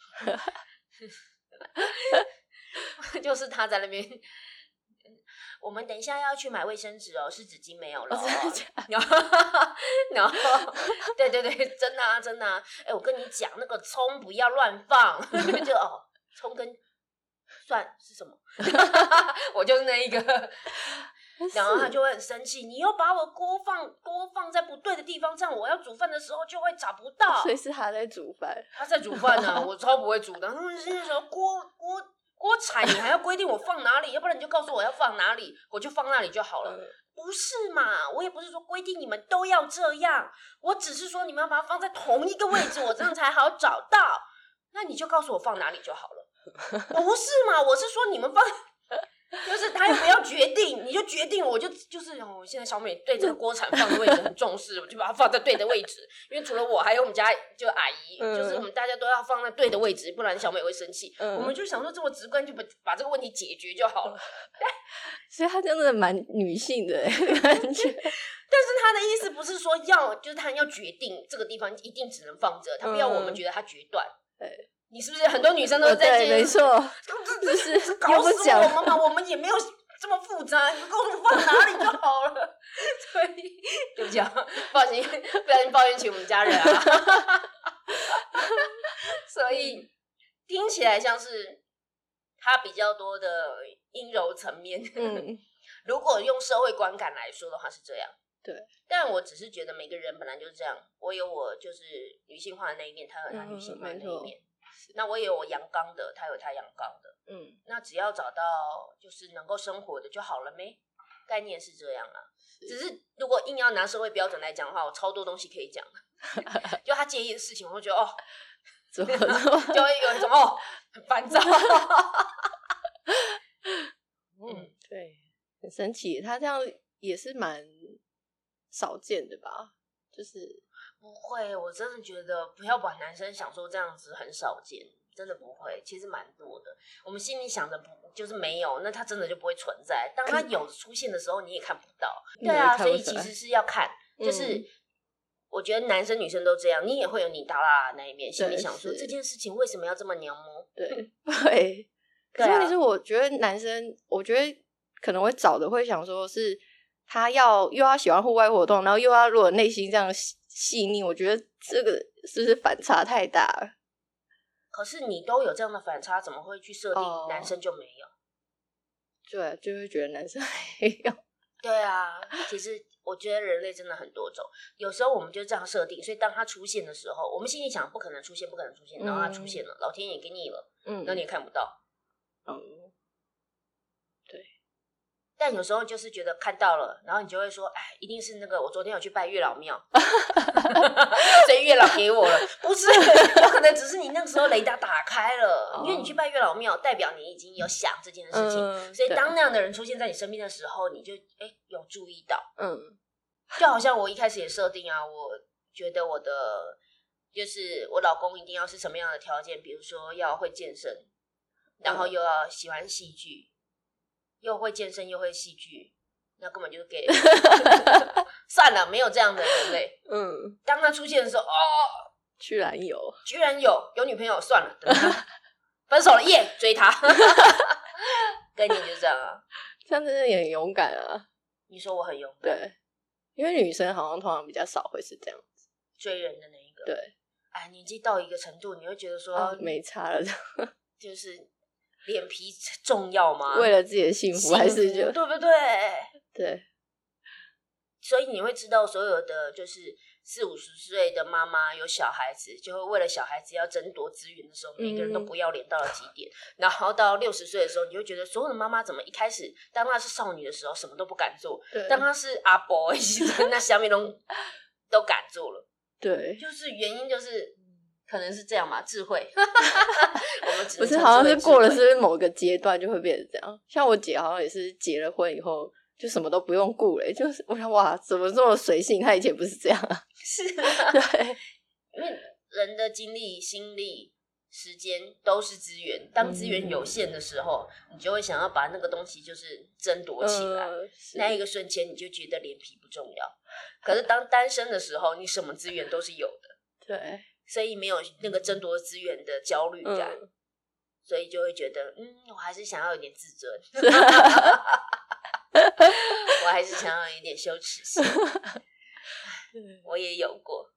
的，就是他在那边。我们等一下要去买卫生纸哦，湿纸巾没有了、哦。然后，然后，对对对，真的啊，真的啊。哎，我跟你讲，那个葱不要乱放，就哦，葱跟蒜是什么？我就是那一个。然后他就会很生气，你又把我锅放锅放在不对的地方，这样我要煮饭的时候就会找不到。 所以是他在煮饭， 他在煮饭呢、啊，我超不会煮的。他们现在说锅锅。锅铲你还要规定我放哪里，要不然你就告诉我要放哪里，我就放那里就好了。嗯、不是嘛？我也不是说规定你们都要这样，我只是说你们要把它放在同一个位置，我这样才好找到。那你就告诉我放哪里就好了。不是嘛？我是说你们放，就是他又不要决定，你就决定，我就就是哦，现在小美对这个锅铲放的位置很重视，我就把它放在对的位置。因为除了我，还有我们家就阿姨，嗯、就是我们大家都要放在对的位置，不然小美会生气。嗯、我们就想说这么直观，就把把这个问题解决就好了。 所以他真的蛮女性的感觉。 但是他的意思不是说要，就是他要决定这个地方一定只能放着，他不要我们觉得他决断。对、嗯。你是不是很多女生都是在对，没错，就是搞死我们嘛，我们也没有这么复杂，你告诉我放哪里就好了。所以对不起啊，不小心不小心抱怨起我们家人啊。所以听起来像是他比较多的阴柔层面。嗯，如果用社会观感来说的话是这样。对，但我只是觉得每个人本来就是这样，我有我就是女性化的那一面，他有他女性化的那一面。嗯，那我也有我阳刚的，他有他阳刚的，嗯，那只要找到就是能够生活的就好了没？概念是这样啊，是只是如果硬要拿社会标准来讲的话，我超多东西可以讲。就他介意的事情，我会觉得哦， 怎么怎么就会有一种哦很烦躁。 嗯，对，很神奇，他这样也是蛮少见的吧？就是。 不会，我真的觉得不要把男生想说这样子很少见，真的不会，其实蛮多的。我们心里想的不就是没有，那他真的就不会存在。当他有出现的时候，你也看不到。对啊，所以其实是要看，就是、嗯、我觉得男生女生都这样，你也会有你大啦那一面，心里想说这件事情为什么要这么娘摸？ 对对。可是问题是，我觉得男生，我觉得可能会找的会想说是他要又要喜欢户外活动，然后又要如果内心这样细腻，我觉得这个是不是反差太大了？ 可是你都有这样的反差，怎么会去设定男生就没有？哦、 对，就会觉得男生没有。 对啊，其实我觉得人类真的很多种，有时候我们就这样设定，所以当他出现的时候，我们心里想不可能出现，不可能出现，然后他出现了，嗯、老天爷给你了，嗯，那你也看不到。嗯， 对。 但有时候就是觉得看到了，然后你就会说，哎，一定是那个我昨天有去拜月老庙，所以月老给我了。不是，有可能只是你那个时候雷达打开了，哦、因为你去拜月老庙，代表你已经有想这件事情，嗯、所以当那样的人出现在你身边的时候，你就哎有注意到。嗯，就好像我一开始也设定啊，我觉得我的就是我老公一定要是什么样的条件，比如说要会健身，然后又要喜欢戏剧。又会健身又会戏剧，那根本就是 gay。算了，没有这样的人类。嗯，当他出现的时候，哦， 居然有， 居然有有女朋友，算了，等他分手了，耶，追他。概念就是这样啊。 这样真的也很勇敢啊。 你说我很勇敢？ 对，因为女生好像通常比较少会是这样子追人的那一个。 对， 哎，年纪到一个程度，你会觉得说、 啊、没差了， 就是脸皮重要吗？ 为了自己的幸福，幸福还是就对不对？ 对。 所以你会知道，所有的就是四五十岁的妈妈有小孩子，就会为了小孩子要争夺资源的时候，每个人都不要脸到了极点。嗯、然后到六十岁的时候，你就觉得所有的妈妈怎么一开始当她是少女的时候什么都不敢做，当她是阿伯那下面都都敢做了。 对， 就是原因就是可能是这样嘛，智慧。我们只不是好像是过了是不是某个阶段就会变成这样？像我姐好像也是结了婚以后。就什么都不用顾了，就是我想哇，怎么这么随性？他以前不是这样啊？ 是啊， 对， 因为人的精力、心力、时间都是资源，当资源有限的时候，嗯、你就会想要把那个东西就是争夺起来。呃、那一个瞬间，你就觉得脸皮不重要。可是当单身的时候，你什么资源都是有的， 对， 所以没有那个争夺资源的焦虑感，嗯、所以就会觉得，嗯，我还是想要有点自尊。我还是想要有一点羞耻心，我也有过。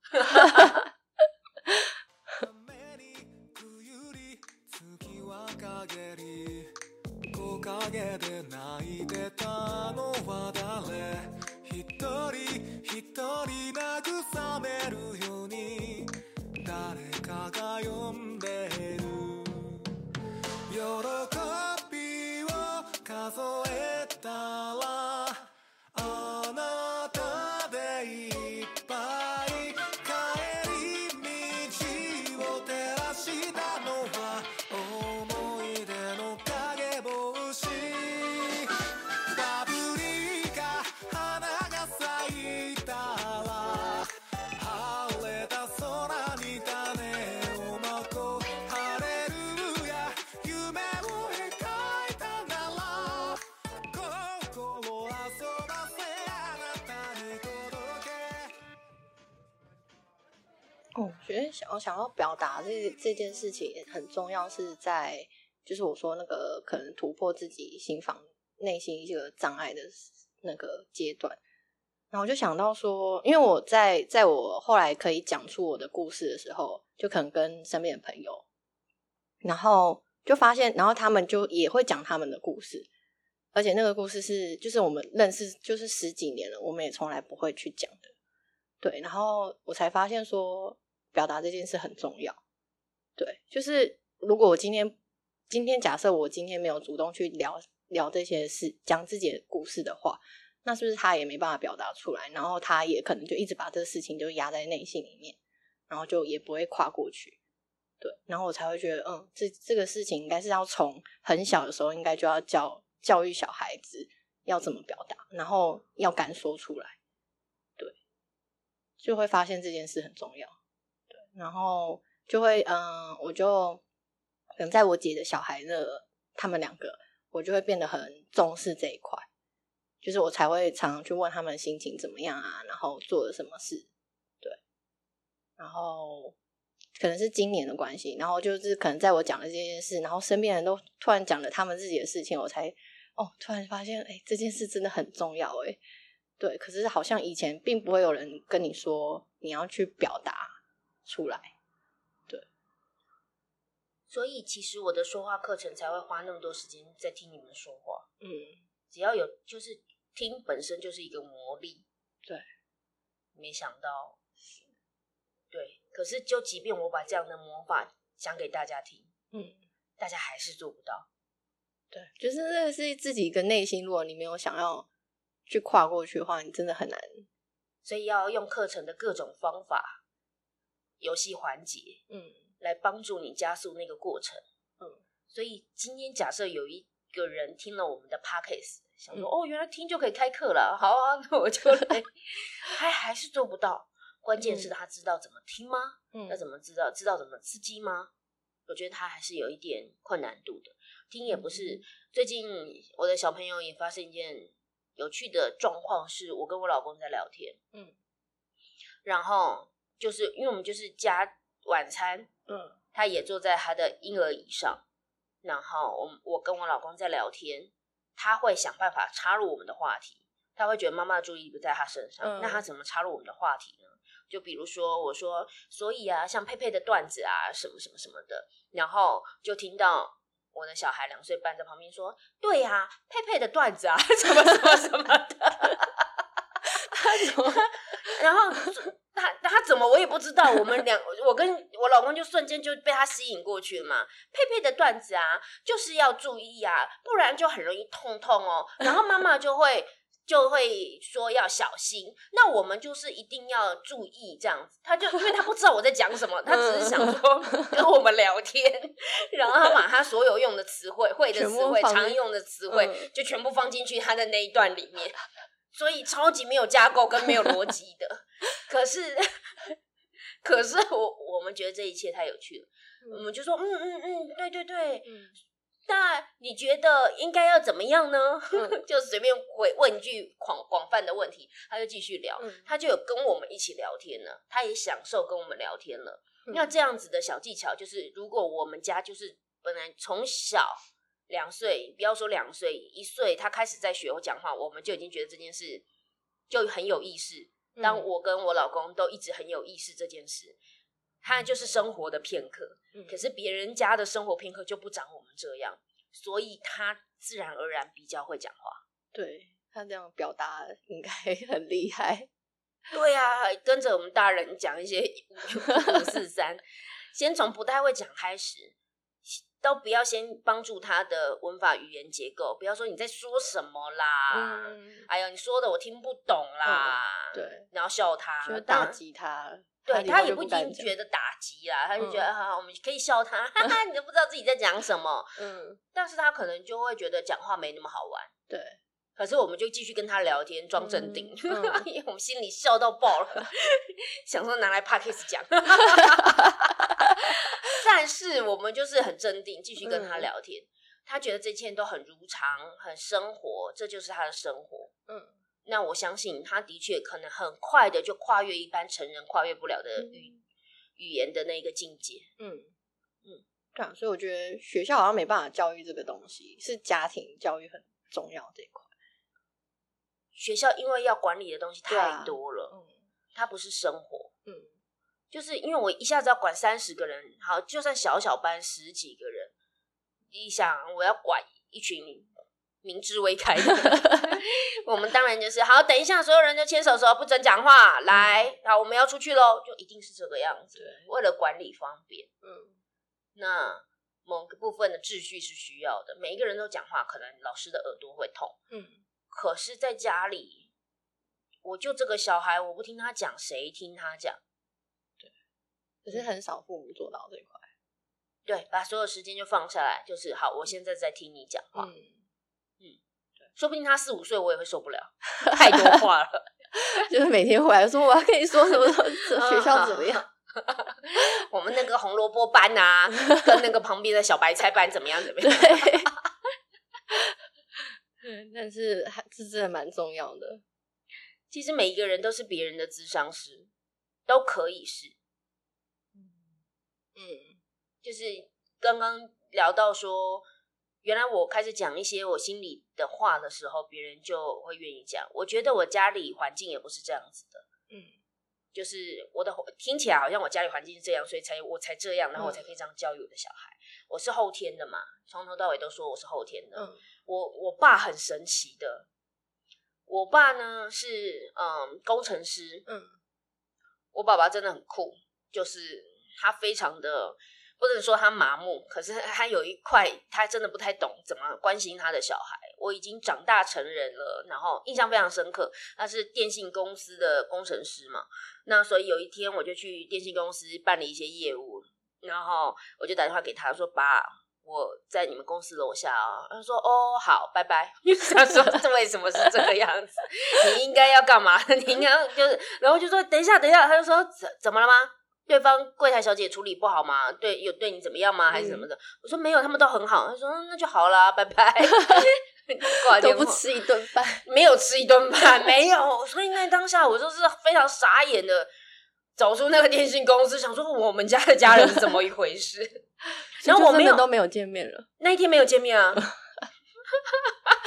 哦，我觉得想想要表达这这件事情很重要，是在就是我说那个可能突破自己心防内心这个障碍的那个阶段。然后我就想到说，因为我在在我后来可以讲出我的故事的时候，就可能跟身边的朋友，然后就发现，然后他们就也会讲他们的故事，而且那个故事是就是我们认识就是十几年了，我们也从来不会去讲的。对，然后我才发现说表达这件事很重要。对，就是如果我今天今天假设我今天没有主动去聊聊这些事，讲自己的故事的话，那是不是他也没办法表达出来，然后他也可能就一直把这个事情就压在内心里面，然后就也不会跨过去。对，然后我才会觉得嗯，这这个事情应该是要从很小的时候应该就要教教育小孩子要怎么表达，然后要敢说出来。对，就会发现这件事很重要。对，然后就会嗯，我就可能在我姐的小孩的他们两个，我就会变得很重视这一块，就是我才会常常去问他们心情怎么样啊，然后做了什么事。对，然后可能是今年的关系，然后就是可能在我讲了这件事，然后身边人都突然讲了他们自己的事情，我才哦突然发现哎，这件事真的很重要哎。对，可是好像以前并不会有人跟你说你要去表达出来。对， 所以其实我的说话课程才会花那么多时间在听你们说话。 嗯， 只要有就是听本身就是一个魔力。 对， 没想到，对，可是就即便我把这样的魔法讲给大家听，嗯，大家还是做不到。 对，就是这个是自己一个内心，如果你没有想要去跨过去的话，你真的很难。 所以要用课程的各种方法、游戏环节， 嗯， 来帮助你加速那个过程。 嗯， 所以今天假设有一个人听了我们的 podcast， 想说、嗯、哦，原来听就可以开课了，好啊，那我就来。他还是做不到，关键是他知道怎么听吗？嗯，要怎么知道？知道怎么刺激吗？我觉得他还是有一点困难度的。听也不是，嗯、最近我的小朋友也发生一件有趣的状况，是我跟我老公在聊天，嗯，然后就是因为我们就是加晚餐，嗯，他也坐在他的婴儿椅上，然后我我跟我老公在聊天， 他会想办法插入我们的话题，他会觉得妈妈的注意力不在他身上，嗯、那他怎么插入我们的话题呢？就比如说我说，所以啊，像佩佩的段子啊，什么什么什么的，然后就听到我的小孩两岁半在旁边说，对啊，佩佩的段子啊，什么什么什么的，他怎么，然后他他怎么我也不知道，我们两我跟我老公就瞬间就被他吸引过去了嘛。佩佩的段子啊，就是要注意啊，不然就很容易痛痛哦。然后妈妈就会。就会说要小心，那我们就是一定要注意这样子。他就因为他不知道我在讲什么，他只是想说跟我们聊天，然后他把他所有用的词汇、会的词汇、常用的词汇、嗯、就全部放进去他的那一段里面，所以超级没有架构跟没有逻辑的。可是，可是我我们觉得这一切太有趣了，嗯、我们就说嗯嗯嗯，对对对。嗯，那你觉得应该要怎么样呢？嗯、就随便回问一句广广泛的问题，他就继续聊，嗯、他就有跟我们一起聊天了，他也享受跟我们聊天了。嗯、那这样子的小技巧，就是如果我们家就是本来从小两岁，不要说两岁，一岁他开始在学讲话，我们就已经觉得这件事就很有意识。当我跟我老公都一直很有意识这件事。他就是生活的片刻，嗯、可是别人家的生活片刻就不长我们这样，所以他自然而然比较会讲话。 对，他这样表达应该很厉害。 对啊，跟着我们大人讲一些五四三，先从不太会讲开始，都不要先帮助他的文法语言结构，不要说你在说什么啦，嗯、哎呀你说的我听不懂啦，嗯、对，然后笑他， 就打击他。 对，他也不一定觉得打击啦，他就觉得、嗯啊、我们可以笑他，哈哈，你都不知道自己在讲什么。嗯，但是他可能就会觉得讲话没那么好玩。对，可是我们就继续跟他聊天，装镇定，嗯嗯、因为我们心里笑到爆了，想说拿来 podcast 讲。但是我们就是很镇定，继续跟他聊天。嗯、他觉得这一切都很如常，很生活，这就是他的生活。嗯。那我相信他的确可能很快的就跨越一般成人跨越不了的语、嗯、语言的那个境界。嗯嗯，对啊，所以我觉得学校好像没办法教育这个东西，是家庭教育很重要这一块。 学校因为要管理的东西太多了，啊、嗯，它不是生活，嗯，就是因为我一下子要管三十个人，好，就算小小班十几个人，你想我要管一群明知未开的我们当然就是好，等一下所有人就牵手手不准讲话，来、嗯、好我们要出去咯，就一定是这个样子，为了管理方便。嗯，那某个部分的秩序是需要的，每一个人都讲话可能老师的耳朵会痛。嗯，可是在家里我就这个小孩，我不听他讲谁听他讲？ 对，可是很少父母做到这一块。 对，把所有时间就放下来，就是好我现在在听你讲话。嗯嗯，说不定他四五岁我也会受不了，太多话了。 就是每天回来说我要跟你说什么学校怎么样， 我们那个红萝卜班啊，跟那个旁边的小白菜班怎么样怎么样。 对，但是这真的蛮重要的。 其实每一个人都是别人的咨商师，都可以是。嗯，就是刚刚聊到说。原来我开始讲一些我心里的话的时候，别人就会愿意讲。我觉得我家里环境也不是这样子的，嗯，就是我的听起来好像我家里环境是这样，所以才我才这样，然后我才可以这样教育我的小孩。嗯、我是后天的嘛，从头到尾都说我是后天的。嗯、我我爸很神奇的，我爸呢是嗯工程师，嗯，我爸爸真的很酷，就是他非常的。不能说他麻木，可是他有一块他真的不太懂怎么关心他的小孩。我已经长大成人了，然后印象非常深刻，他是电信公司的工程师嘛，那所以有一天我就去电信公司办理一些业务，然后我就打电话给他说，爸，我在你们公司楼下啊。他说哦好拜拜。他说这为什么是这个样子，你应该要干嘛，你应该就是然后就说等一下等一下，他就说怎怎么了吗，对方柜台小姐处理不好吗？对，有对你怎么样吗？还是什么的？嗯、我说没有，他们都很好。他说那就好啦，拜拜。 都不吃一顿饭， 没有吃一顿饭，没有。所以那当下我就是非常傻眼的走出那个电信公司，想说我们家的家人是怎么一回事。然后我们都没有见面了， 那一天没有见面啊。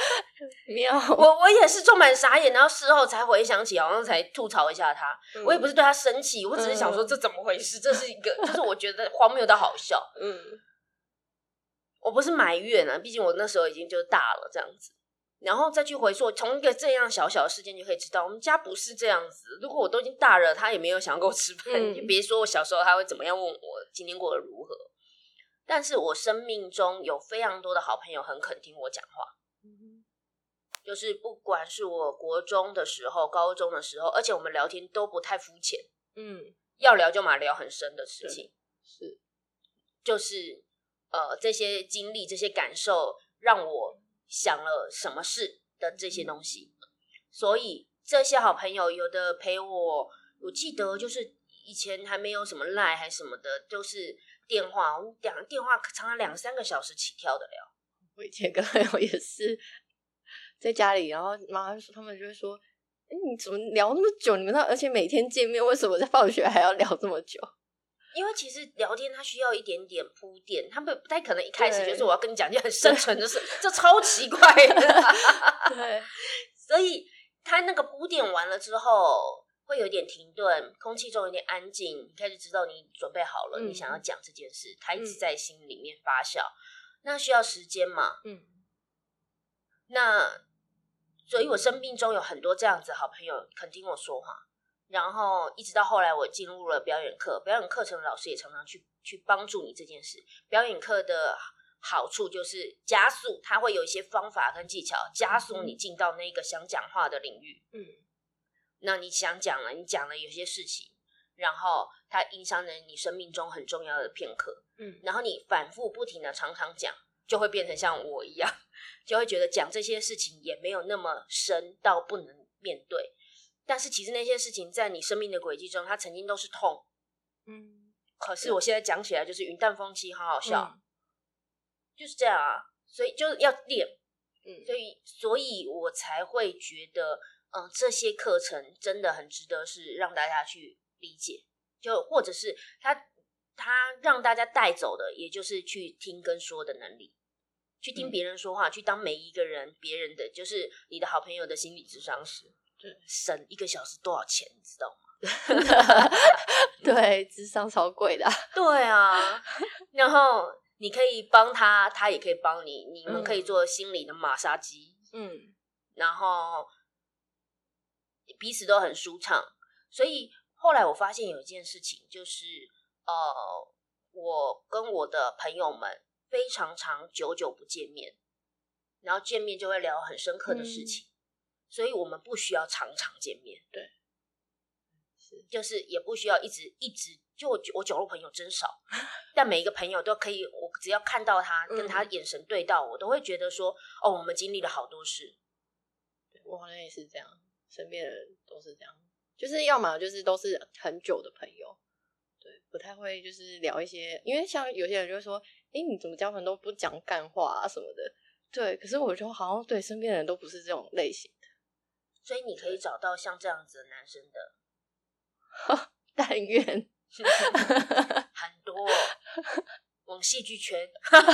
妙， 我我也是充满傻眼，然后事后才回想起，好像才吐槽一下他。嗯、我也不是对他生气，我只是想说这怎么回事？嗯、这是一个，就是我觉得荒谬到好笑。嗯，我不是埋怨啊，毕竟我那时候已经就大了这样子。然后再去回溯，从一个这样小小的事件就可以知道，我们家不是这样子。如果我都已经大了，他也没有想要跟我吃饭，嗯、就别说我小时候他会怎么样问我今天过得如何。但是我生命中有非常多的好朋友很肯听我讲话，嗯、就是不管是我国中的时候、高中的时候，而且我们聊天都不太肤浅，嗯，要聊就马聊很深的事情， 是， 就是呃这些经历、这些感受让我想了什么事的这些东西，所以这些好朋友有的陪我，我记得就是以前还没有什么 LINE 还什么的，就是电话，我们讲电话常常两三个小时起跳的聊。 我以前跟朋友也是在家里，然后妈妈他们就会说：“哎，你怎么聊那么久？你们那而且每天见面，为什么在放学还要聊这么久？” 因为其实聊天它需要一点点铺垫，他们不太可能一开始就是我要跟你讲一件很深沉的事，这超奇怪的。 对， 所以他那个铺垫完了之后，会有点停顿，空气中有点安静，你开始知道你准备好了，嗯、你想要讲这件事，他一直在心里面发酵，嗯、那需要时间嘛。嗯，那所以我生命中有很多这样子的好朋友肯听我说话。然后一直到后来我进入了表演课，表演课程老师也常常去去帮助你这件事。表演课的好处就是加速，它会有一些方法跟技巧加速你进到那个想讲话的领域。嗯，那你想讲了，你讲了有些事情，然后它影响了你生命中很重要的片刻。嗯，然后你反复不停的常常讲，就会变成像我一样，就会觉得讲这些事情也没有那么深到不能面对。但是其实那些事情在你生命的轨迹中，它曾经都是痛，嗯，可是我现在讲起来就是云淡风轻，好好笑，嗯、就是这样啊。所以就是要练，嗯，所以所以我才会觉得，嗯，这些课程真的很值得是让大家去理解，就或者是他他让大家带走的，也就是去听跟说的能力，去听别人说话，嗯、去当每一个人别人的，就是你的好朋友的心理咨商师。省一个小时多少钱你知道吗？ 对，諮商超贵的、啊、 对啊，然后你可以帮他，他也可以帮你，你们可以做心理的马杀鸡，嗯，然后彼此都很舒畅。所以后来我发现有一件事情，就是呃，我跟我的朋友们非常常久久不见面，然后见面就会聊很深刻的事情、嗯，所以我们不需要常常见面， 对， 是就是也不需要一直一直就我我酒肉朋友真少，但每一个朋友都可以，我只要看到他，跟他眼神对到，我都会觉得说，哦，我们经历了好多事。 我好像也是这样，身边的人都是这样，就是要么就是都是很久的朋友，对，不太会就是聊一些，因为像有些人就会说，哎，你怎么交朋友都不讲干话啊什么的，对，可是我觉得好像对身边的人都不是这种类型。 所以你可以找到像这样子的男生的， 但愿很多往戏剧圈，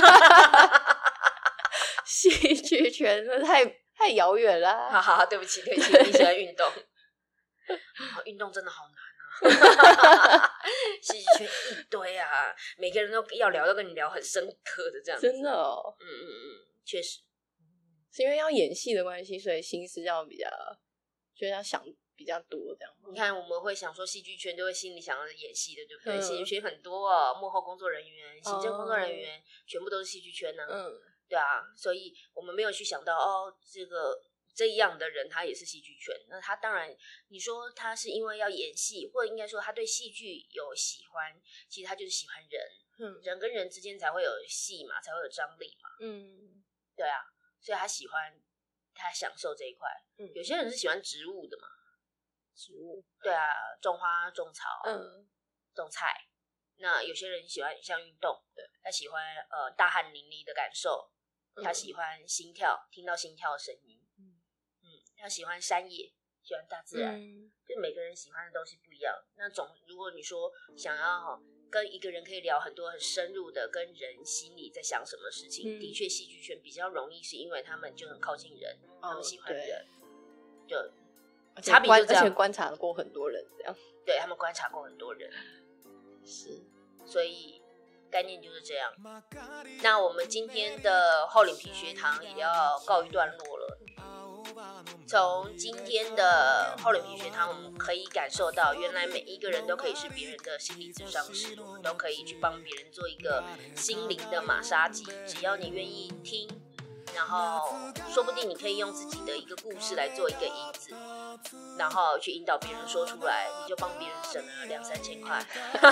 戏剧圈太太遥远了。 哈哈，对不起，对不起，你喜欢运动，运动真的好难啊！戏剧圈一堆啊，每个人都要聊，都跟你聊很深刻的这样子， 真的哦， 嗯嗯嗯，确实。 是因为要演戏的关系，所以心思要比较，就要想比较多这样。 你看，我们会想说戏剧圈，就会心里想要演戏的，对不对？嗯、戏剧圈很多哦，幕后工作人员、行政工作人员，哦、全部都是戏剧圈呢、啊。嗯，对啊，所以我们没有去想到哦，这个这样的人他也是戏剧圈。那他当然，你说他是因为要演戏，或者应该说他对戏剧有喜欢，其实他就是喜欢人。嗯，人跟人之间才会有戏嘛，才会有张力嘛。嗯，对啊。所以他喜欢，他享受这一块。嗯，有些人是喜欢植物的嘛， 植物， 对啊，种花、种草，嗯，种菜。那有些人喜欢像运动，对，他喜欢呃大汗淋漓的感受，他喜欢心跳，听到心跳的声音。嗯嗯，他喜欢山野，喜欢大自然。嗯，就每个人喜欢的东西不一样。那总如果你说想要跟一个人可以聊很多很深入的，跟人心里在想什么事情。嗯、的确，戏剧圈比较容易，是因为他们就很靠近人，哦、他们喜欢人，就差别就这样。 而且观察过很多人，这样对他们观察过很多人， 是， 所以概念就是这样。那我们今天的厚脸皮学堂也要告一段落了。从今天的厚脸皮学堂，我们可以感受到，原来每一个人都可以是别人的心理咨商师，我们都可以去帮别人做一个心灵的马杀鸡。只要你愿意听，然后说不定你可以用自己的一个故事来做一个引子，然后去引导别人说出来，你就帮别人省了两三千块。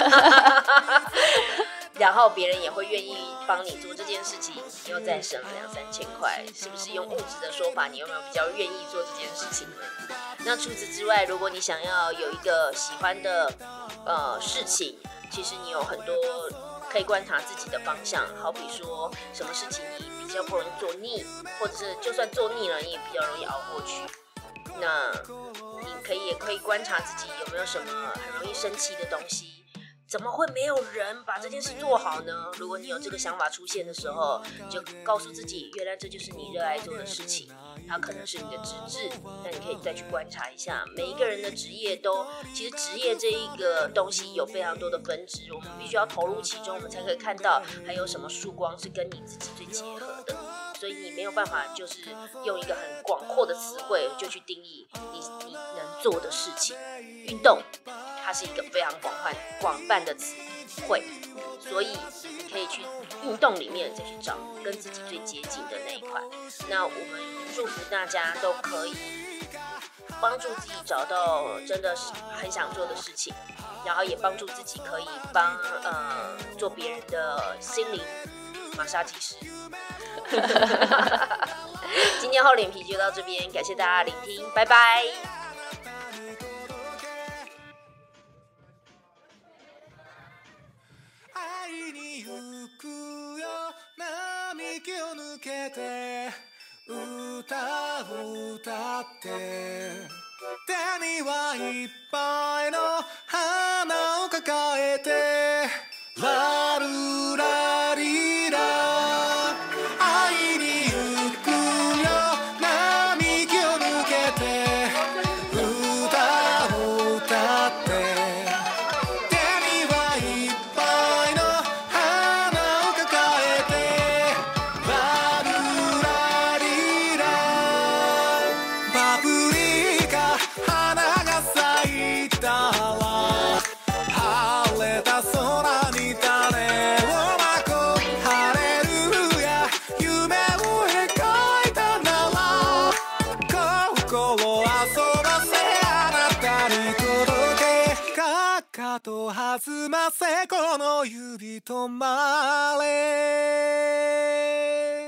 然后别人也会愿意帮你做这件事情，你又再省了两三千块，是不是用物质的说法，你有没有比较愿意做这件事情呢？那除此之外，如果你想要有一个喜欢的呃事情，其实你有很多可以观察自己的方向，好比说什么事情你比较不容易做腻，或者是就算做腻了，你也比较容易熬过去。那你可以也可以观察自己有没有什么很容易生气的东西。怎么会没有人把这件事做好呢？如果你有这个想法出现的时候，就告诉自己，原来这就是你热爱做的事情，它可能是你的职志。那你可以再去观察一下，每一个人的职业都，其实职业这一个东西有非常多的分支，我们必须要投入其中，我们才可以看到还有什么曙光是跟你自己最结合的。所以你没有办法就是用一个很广阔的词汇就去定义你你能做的事情。运动它是一个非常广泛广泛的词汇，所以你可以去运动里面再去找跟自己最接近的那一块。那我们祝福大家都可以帮助自己找到真的是很想做的事情，然后也帮助自己可以帮呃做别人的心灵马杀鸡师。今天厚脸皮就到这边，感谢大家聆听，拜拜。会いに行くよ並木を抜けて歌を歌って手にはいっぱいの花を抱えてラルラリラ会いに行くよ並木を抜けて歌を歌ってと弾ませこの指止まれ